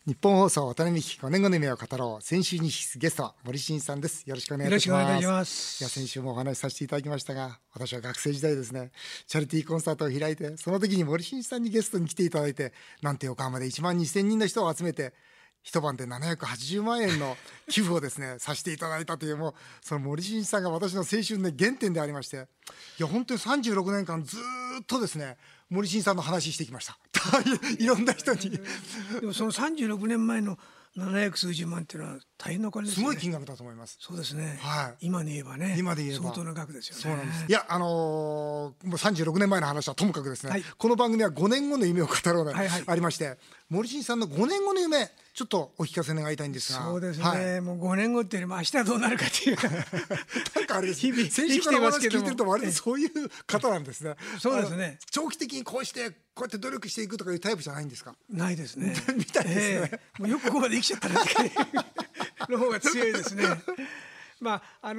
日本放送渡辺美希5年後の夢を語ろう。先週に引き続きゲストは森進一さんです。よろしくお願いいたします。 よろしくお願いします。 いや、先週もお話しさせていただきましたが、私は学生時代ですね、チャリティーコンサートを開いて、その時に森進一さんにゲストに来ていただいて、なんと横浜で1万2000人の人を集めて一晩で780万円の寄付をですねさせていただいたという、もうその森進一さんが私の青春の原点でありまして、いや本当に36年間ずっとですね森進一さんの話してきましたいろんな人に。 でもその36年前の700数十万っていうのは大変なお金ですね。 すごい金額だと思います。 そうですね、 はい、 今で言えばね、 今で言えば相当な額ですよね。 そうなんです。いや、もう36年前の話はともかくですね、 はい、 この番組は5年後の夢を語ろうがありまして、 はいはい、 森進一さんの5年後の夢ちょっとお聞かせ願いたいんですが。 そうですね、 はい、 もう5年後っていうよりも明日どうなるかっていうなんかあれです、 日々 先週からお話聞いてると割とそういう方なんですね。 そうですね、 長期的にこうしてこうやって努力していくとかいうタイプじゃないんですか。 ないですねみたいですね、 もうよくここまで生きちゃったなっての方が強いですね。まあ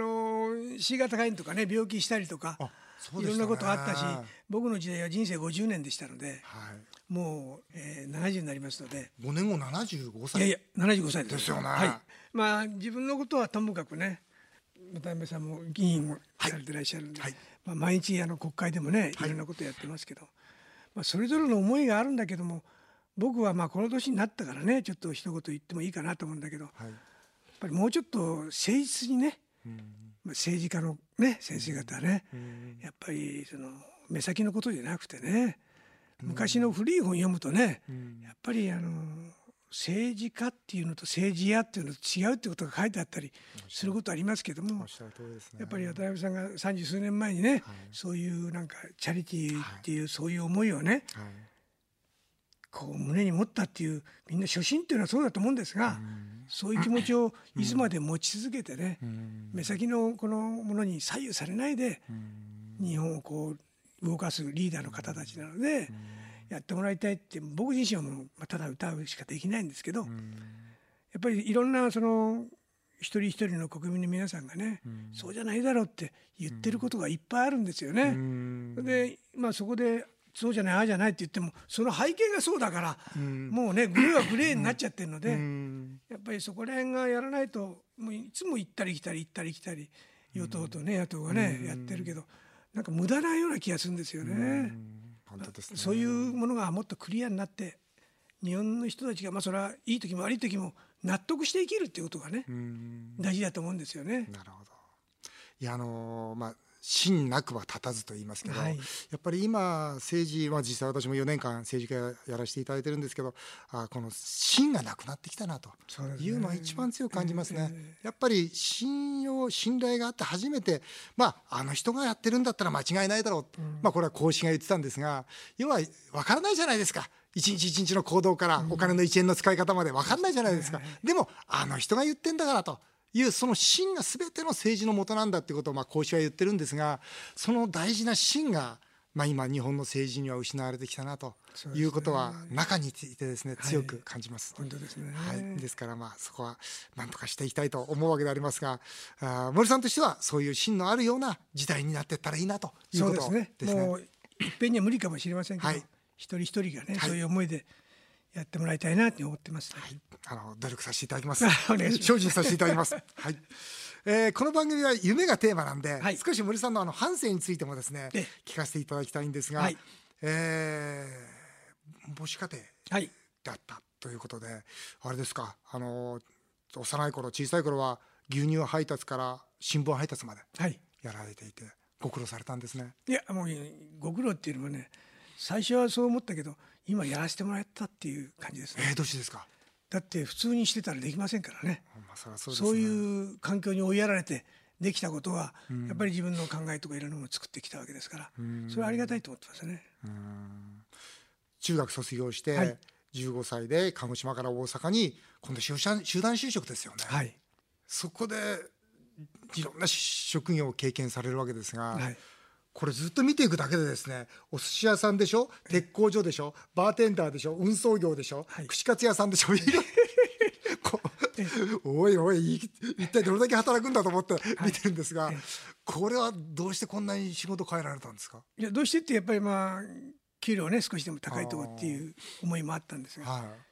C 型肝炎とかね、病気したりとかいろんなことがあったし、僕の時代は人生50年でしたので、はい、もう、70になりますので。 5年後75歳。 いやいや75歳ですよね。 はい、まあ自分のことはともかくね、渡辺さんも議員をされてらっしゃるんで、はい、まあ、毎日国会でもねいろんなことやってますけど、まあ、それぞれの思いがあるんだけども、僕はまあこの年になったからね、ちょっと一言言ってもいいかなと思うんだけど、はい、やっぱりもうちょっと誠実にね、政治家のね先生方はね、やっぱりその目先のことじゃなくてね、昔の古い本読むとね、やっぱり政治家っていうのと政治家っていうのと違うってことが書いてあったりすることありますけども、やっぱり渡辺さんが30数年前にね、そういうなんかチャリティーっていうそういう思いをね、こう胸に持ったっていう、みんな初心っていうのはそうだと思うんですが、そういう気持ちをいつまで持ち続けてね、目先のこのものに左右されないで日本をこう動かすリーダーの方たちなので、やってもらいたいって、僕自身はもうただ歌うしかできないんですけど、やっぱりいろんなその一人一人の国民の皆さんがね、そうじゃないだろうって言ってることがいっぱいあるんですよね。で、まあ、そこでそうじゃないああじゃないって言っても、その背景がそうだから、もうねグレーはグレーになっちゃってるので、やっぱりそこら辺がやらないと、もういつも行ったり来たり行ったり来たり、与党とね野党がねやってるけど、なんか無駄なような気がするんですよね。 本当ですね。 そういうものがもっとクリアになって、日本の人たちが、まあそれはいい時も悪い時も納得して生きるっていうことがね、大事だと思うんですよね。 なるほど。いや、まあ信なくは立たずと言いますけど、はい、やっぱり今政治は、実際私も4年間政治家やらせていただいてるんですけど、この信がなくなってきたなというのは一番強く感じますね。やっぱり信頼があって初めて、まあ、あの人がやってるんだったら間違いないだろう、まあ、これは孔子が言ってたんですが、要は分からないじゃないですか。一日一日の行動からお金の1円の使い方まで分かんないじゃないですか。でもあの人が言ってんだからという、その信が全ての政治の元なんだってことを孔子は言ってるんですが、その大事な信が、まあ、今日本の政治には失われてきたなということは中にいてですね、強く感じます。 本当ですね。 はい、ですからまあそこは何とかしていきたいと思うわけでありますが、森さんとしてはそういう信のあるような時代になっていったらいいなということですね。 もういっぺんには無理かもしれませんけど、一人一人がね、そういう思いでやってもらいたいなって思ってます、ね。 はい、努力させていただきます。精進させていただきます。はい、この番組は夢がテーマなんで、少し森さんの半生についてもですね聞かせていただきたいんですが、母子家庭だったということで、あれですか、幼い頃小さい頃は牛乳配達から新聞配達までやられていて、ご苦労されたんですね。 いや、もうご苦労っていうのもね、最初はそう思ったけど今やらせてもらったっていう感じですね。 どうしてですか。 だって普通にしてたらできませんからね。 そういう環境に追いやられてできたことは、やっぱり自分の考えとかいろんなものを作ってきたわけですから、それはありがたいと思ってますね。 中学卒業して、15歳で鹿児島から大阪に今度集団就職ですよね。はい、そこでいろんな職業を経験されるわけですが、これずっと見ていくだけでですね、お寿司屋さんでしょ、鉄工所でしょ、バーテンダーでしょ、運送業でしょ、串カツ屋さんでしょ、おいおい一体どれだけ働くんだと思って見てるんですが、これはどうしてこんなに仕事変えられたんですか。 いや、どうしてってやっぱりまあ給料ね少しでも高いとこっていう思いもあったんですが、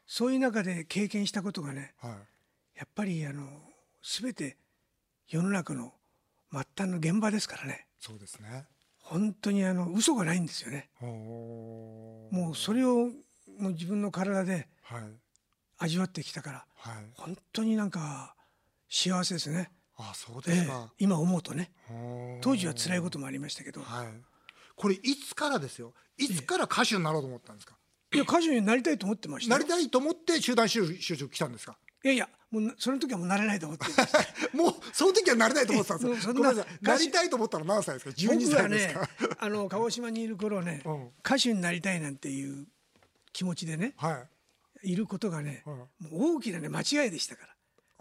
そういう中で経験したことがね、 はい、 やっぱり全て世の中の末端の現場ですからね。 そうですね。 本当に嘘がないんですよね。もうそれをもう自分の体で味わってきたから、はい、本当になんか幸せですね。 あ、そうですか。 今思うとね。当時は辛いこともありましたけど、 はい、これいつからですよ、いつから歌手になろうと思ったんですか？ いや、歌手になりたいと思ってましたよ。 なりたいと思って集団就職来たんですか？ いやいや、もうその時はもうなれないと思ってましたもうその時はなれないと思ってたんですよ。ごめんなさい、なりたいと思ったら何歳ですか？12歳ですか？ 僕はね、鹿児島にいる頃ね、歌手になりたいなんていう気持ちでね、いることがね、もう大きなね間違いでしたから。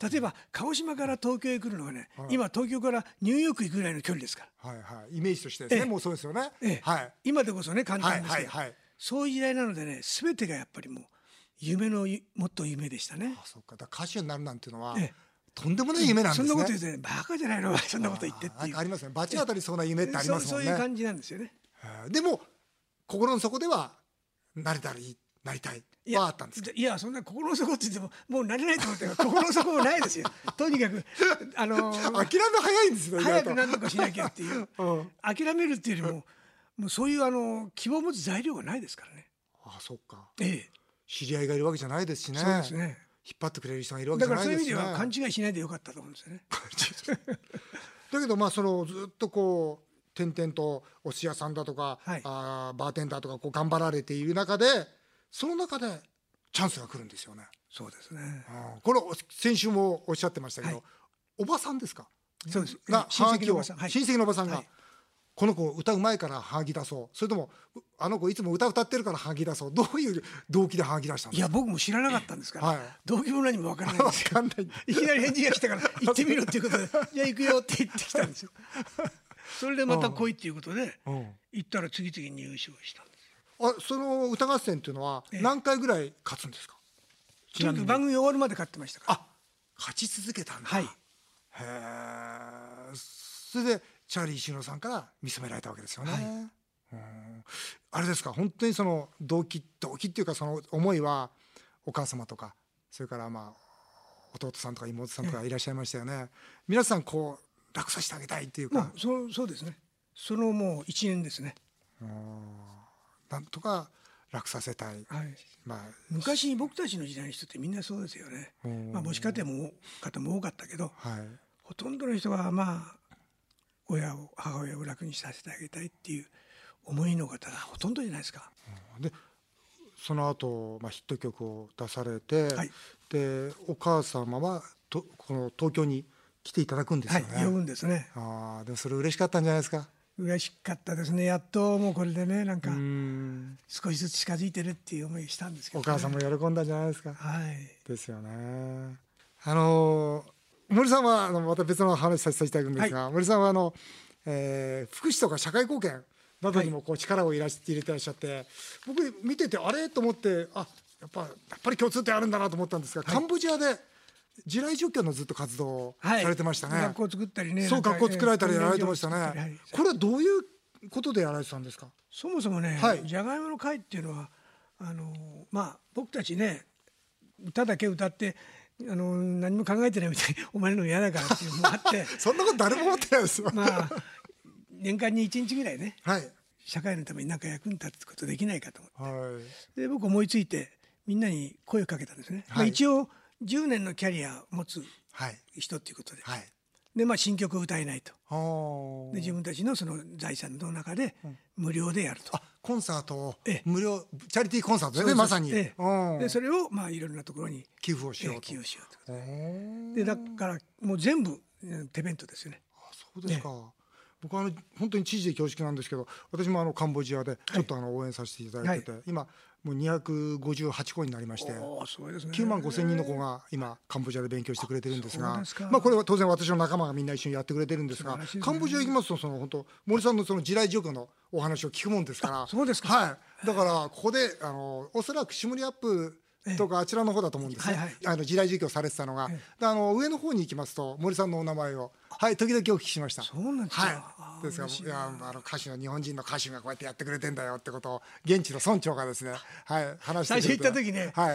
例えば鹿児島から東京へ来るのはね、今東京からニューヨーク行くぐらいの距離ですから。 はいはい、イメージとしてですね、もうそうですよね。はい、 今でこそね簡単ですけど、そういう時代なのでね、全てがやっぱりもう夢のもっと夢でしたね。 あ、そうか。だから歌手になるなんていうのは、とんでもない夢なんですね。 そんなこと言ってバカじゃないのそんなこと言ってっていう。 ありますね。罰当たりそうな夢ってありますもんね。 そういう感じなんですよね。 でも心の底ではなれたらいい、なりたいはあったんですか？ いや、そんな心の底って言ってももうなれないと思って心の底もないですよ。とにかく諦め早いんですね。 早く何とかしなきゃっていう、諦めるっていうよりも、もうそういう希望を持つ材料がないですからね。 あ、そっか。 ええ、 知り合いがいるわけじゃないですしね。 そうですね。 引っ張ってくれる人がいるわけじゃないですしね。 だからそういう意味では勘違いしないでよかったと思うんですよね。 だけどまあずっとこう転々とお寿司屋さんだとか、バーテンダーとかこう頑張られている中で、その中でチャンスが来るんですよね。 そうですね。 これ先週もおっしゃってましたけど、おばさんですか？ そうです。 親戚のおばさん、親戚のおばさんが、この子歌う前からハガキ出そう、それともあの子いつも歌ってるからハガキ出そう、どういう動機でハガキ出したんですか？ いや、僕も知らなかったんですから、動機も何もわからないんですよ。いきなり返事が来たから行ってみろっていうことで、じゃあ行くよって言ってきたんですよ。それでまた来いっていうことで行ったら次々に優勝したんですよ。 その歌合戦っていうのは何回ぐらい勝つんですか？ とにかく番組終わるまで勝ってましたから。 勝ち続けたんだ。 はい。 へえ。それでチャーリー石野さんから見初められたわけですよね。あれですか、本当にその動機っていうか、その思いはお母様とか、それからまあ弟さんとか妹さんとかいらっしゃいましたよね。皆さんこう楽させてあげたいっていうか、 そうですね。そのもう一年ですね。 なんとか楽させたい。 昔僕たちの時代の人ってみんなそうですよね。母子家庭も方も多かったけど、ほとんどの人はまあ母親を楽にさせてあげたいっていう思いの方がほとんどじゃないですか。 でその後、ヒット曲を出されて、でお母様はこの東京に来ていただくんですよね。 呼ぶんですね。 でもそれ嬉しかったんじゃないですか？ 嬉しかったですね。やっともうこれでね、なんか少しずつ近づいてるっていう思いしたんですけど、 お母さんも喜んだんじゃないですか？ですよね。森さんはまた別の話させていただくんですが、森さんは福祉とか社会貢献などにもこう力を入れてらっしゃって、僕見ててあれと思って、やっぱり共通点あるんだなと思ったんですが、カンボジアで地雷除去のずっと活動をされてましたね。 学校作ったりね。 そう、学校作られたりやられてましたね。これはどういうことでやられてたんですか？ そもそもね、じゃがいもの会っていうのは僕たちね、歌だけ歌って何も考えてないみたいに思われるの嫌だからっていうのもあってそんなこと誰も思ってないですよ。 年間に1日ぐらいね、社会のために何か役に立つことできないかと思って、で僕思いついてみんなに声をかけたんですね。一応10年のキャリアを持つ人っていうことで、で新曲を歌えないと。で自分たちのその財産の中で無料でやると。 コンサートを無料、チャリティーコンサートですね、まさに。でそれをいろんなところに寄付をしようと。 寄付しようということで、だからもう全部手弁当ですよね。 そうですか。僕は本当に知事で恐縮なんですけど、私もカンボジアでちょっと応援させていただいてて、今もう258校になりまして、9万5千人の子が今カンボジアで勉強してくれてるんですが、これは当然私の仲間がみんな一緒にやってくれてるんですが、カンボジア行きますと本当森さんのその地雷除去のお話を聞くもんですから。 そうですか。 だからここでおそらくシムリアップとかあちらの方だと思うんですね。地雷除去されてたのが、上の方に行きますと森さんのお名前を時々お聞きしました。 そうなんですか。 ですが、歌手の日本人の歌手がこうやってやってくれてんだよってことを現地の村長がですね、話してくれて、 最初行った時ね、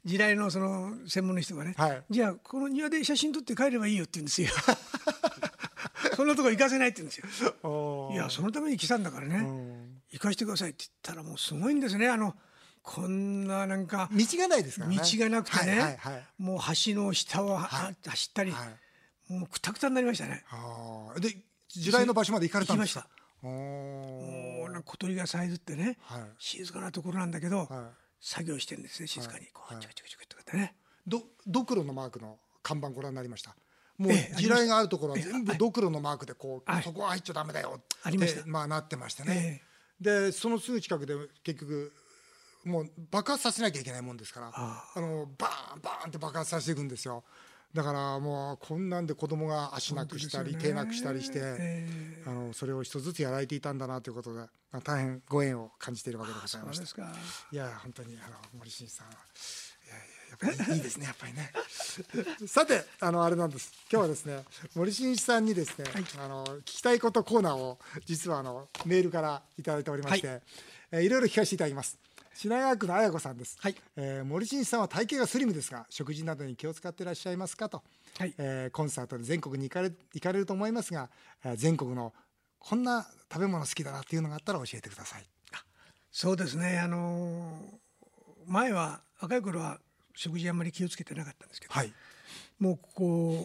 地雷のその専門の人がね、じゃあこの庭で写真撮って帰ればいいよって言うんですよ。そんなとこ行かせないって言うんですよ。いやそのために来たんだからね、行かしてくださいって言ったらもうすごいんですね。こんななんか道がないですからね。 道がなくてね、もう橋の下を走ったり、もうくたくたになりましたね。 で地雷の場所まで行かれたんですか？ 行きました。もうなんか小鳥がさえずってね、静かなところなんだけど、作業してるんですね、静かにこうチクチクチクとかってね。 ドクロのマークの看板ご覧になりました？もう地雷があるところは全部ドクロのマークでこう、そこは入っちゃダメだよってなってましてね。でそのすぐ近くで結局もう爆発させなきゃいけないもんですから、バーンバーンって爆発させていくんですよ。だからもうこんなんで子供が足なくしたり手なくしたりして、それを一つずつやられていたんだなということで、大変ご縁を感じているわけでございました。いや本当に森進さんはやっぱりいいですね、やっぱりね。さてあれなんです、今日はですね森進さんにですね、聞きたいことコーナーを実はメールからいただいておりまして、いろいろ聞かせていただきます。品川区の綾子さんです。森進さんは体型がスリムですが食事などに気を使っていらっしゃいますかと、コンサートで全国に行かれると思いますが、全国のこんな食べ物好きだなっていうのがあったら教えてください。 そうですね、前は若い頃は食事あんまり気をつけてなかったんですけど、もうここ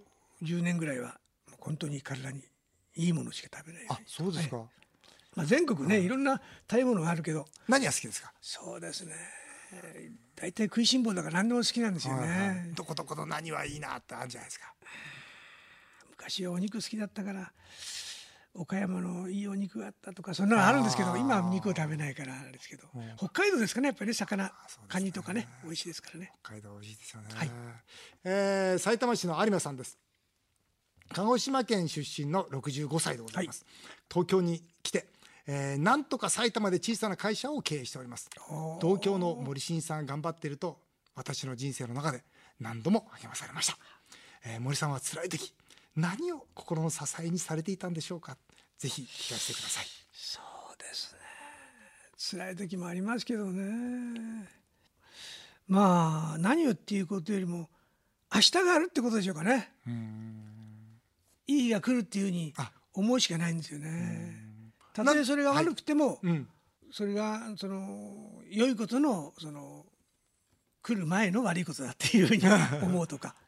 10年ぐらいは本当に体にいいものしか食べない。 そうですか。 全国ね、いろんな食べ物があるけど何が好きですか？ そうですね、大体食いしん坊だから何でも好きなんですよね。 どこどこの何はいいなってあるんじゃないですか。 昔はお肉好きだったから岡山のいいお肉があったとかそんなのあるんですけど、今は肉を食べないからあれですけど、北海道ですかね、やっぱりね、魚、カニとかね美味しいですからね。 北海道美味しいですよね。埼玉市の有馬さんです。鹿児島県出身の65歳でございます。東京に来てなんとか埼玉で小さな会社を経営しております。同郷の森進さん頑張っていると私の人生の中で何度も励まされました。森さんは辛い時何を心の支えにされていたんでしょうか。ぜひ聞かせてください。 そうですね、辛い時もありますけどね、何をっていうことよりも明日があるってことでしょうかね。いい日が来るっていうふうに思うしかないんですよね。たとえそれが悪くても、それが良いことの来る前の悪いことだっていうふうに思うとか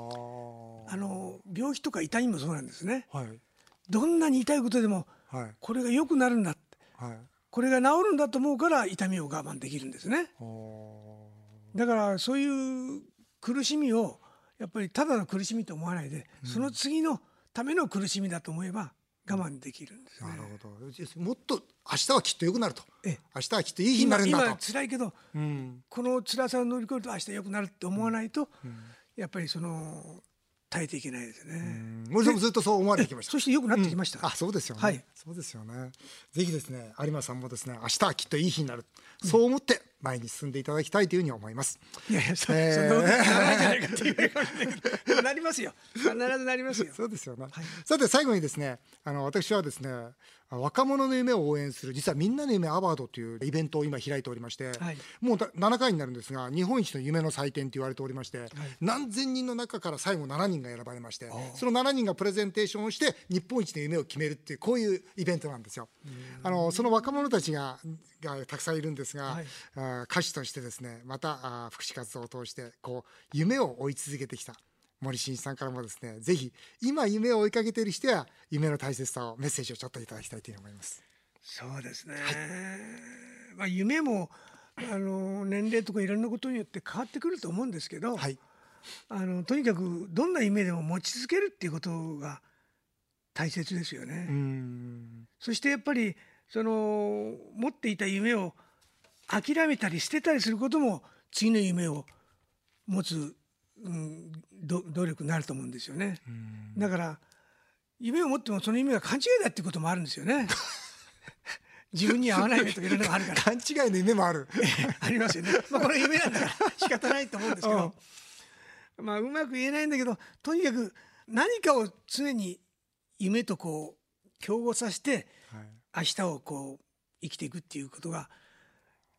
病気とか痛みもそうなんですね。どんなに痛いことでも、これが良くなるんだ、これが治るんだと思うから痛みを我慢できるんですね。だからそういう苦しみをやっぱりただの苦しみと思わないで、その次のための苦しみだと思えば我慢できるんですね。 なるほど。もっと明日はきっと良くなると、明日はきっといい日になるんだと。 今辛いけど、この辛さを乗り越えると明日良くなるって思わないと、やっぱり耐えていけないですね。 森さんもずっとそう思われてきました。 そして良くなってきました。 そうですよね。そうですよね。ぜひですね、有馬さんもですね、明日はきっといい日になる、そう思って前に進んでいただきたいというふうに思います。 いやいや、そんなことならないじゃないかって言われるかもしれないけど、なりますよ。必ずなりますよ。 そうですよね。さて最後にですね、私はですね、若者の夢を応援する実はみんなの夢アワードというイベントを今開いておりまして、もう7回になるんですが、日本一の夢の祭典と言われておりまして、何千人の中から最後7人が選ばれまして、その7人がプレゼンテーションをして日本一の夢を決めるっていう、こういうイベントなんですよ。その若者たちがたくさんいるんですが、歌手としてですね、また福祉活動を通してこう夢を追い続けてきた森進一さんからもですね、ぜひ今夢を追いかけている人や夢の大切さをメッセージをちょっといただきたいというふうに思います。 そうですね、夢も年齢とかいろんなことによって変わってくると思うんですけど、とにかくどんな夢でも持ち続けるっていうことが大切ですよね。そしてやっぱり持っていた夢を諦めたり捨てたりすることも次の夢を持つ、努力になると思うんですよね。だから夢を持ってもその夢が勘違いだっていうこともあるんですよね。自分に合わない夢とかいろんなのがあるから勘違いの夢もあるありますよね。これ夢なんだから仕方ないと思うんですけど、うまく言えないんだけど、とにかく何かを常に夢とこう競合させて、明日をこう生きていくっていうことが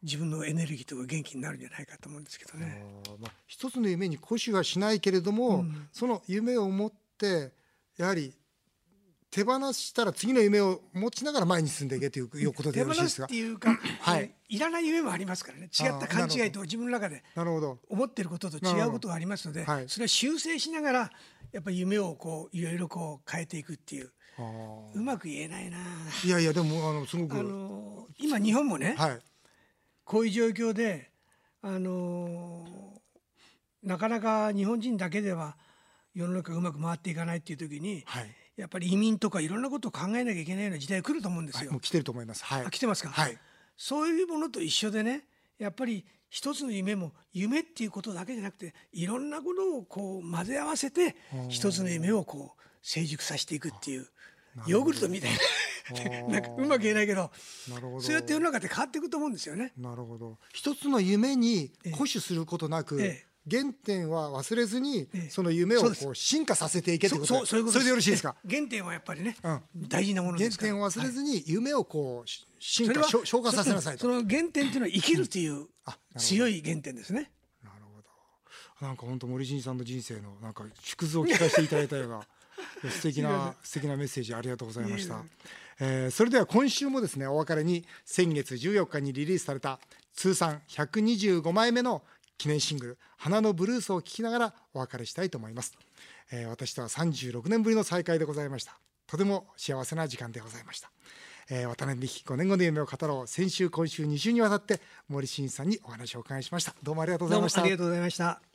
自分のエネルギーとか元気になるんじゃないかと思うんですけどね。 一つの夢に固守はしないけれども、その夢を持ってやはり手放したら次の夢を持ちながら前に進んでいけということでよろしいですか。 手放すっていうか、いらない夢もありますからね。違った勘違いと自分の中で思っていることと違うことがありますので、それは修正しながらやっぱり夢をこういろいろこう変えていくっていう。うまく言えないな。 いやいやでもすごく今日本もね、こういう状況でなかなか日本人だけでは世の中うまく回っていかないっていう時に、やっぱり移民とかいろんなことを考えなきゃいけないような時代が来ると思うんですよ。 もう来てると思います。 来てますか。そういうものと一緒でね、やっぱり一つの夢も夢っていうことだけじゃなくて、いろんなことをこう混ぜ合わせて一つの夢をこう成熟させていくっていう、ヨーグルトみたいななんかうまく言えないけど、そうやって世の中って変わっていくと思うんですよね。 なるほど。一つの夢に固守することなく、原点は忘れずにその夢をこう進化させていけということで、それでよろしいですか。 原点はやっぱりね、大事なものですから、 原点を忘れずに夢をこう進化消化させなさいと。 その原点っていうのは生きるという強い原点ですね。 なるほど。なんか本当森進さんの人生のなんか縮図を聞かせていただいたような素敵なメッセージありがとうございました。それでは今週もですね、お別れに先月14日にリリースされた通算125枚目の記念シングル「花のブルース」を聴きながらお別れしたいと思います。私とは36年ぶりの再会でございました。とても幸せな時間でございました。渡辺美希5年後の夢を語ろう、先週今週2週にわたって森進一さんにお話をお伺いしました。どうもありがとうございました。 どうもありがとうございました。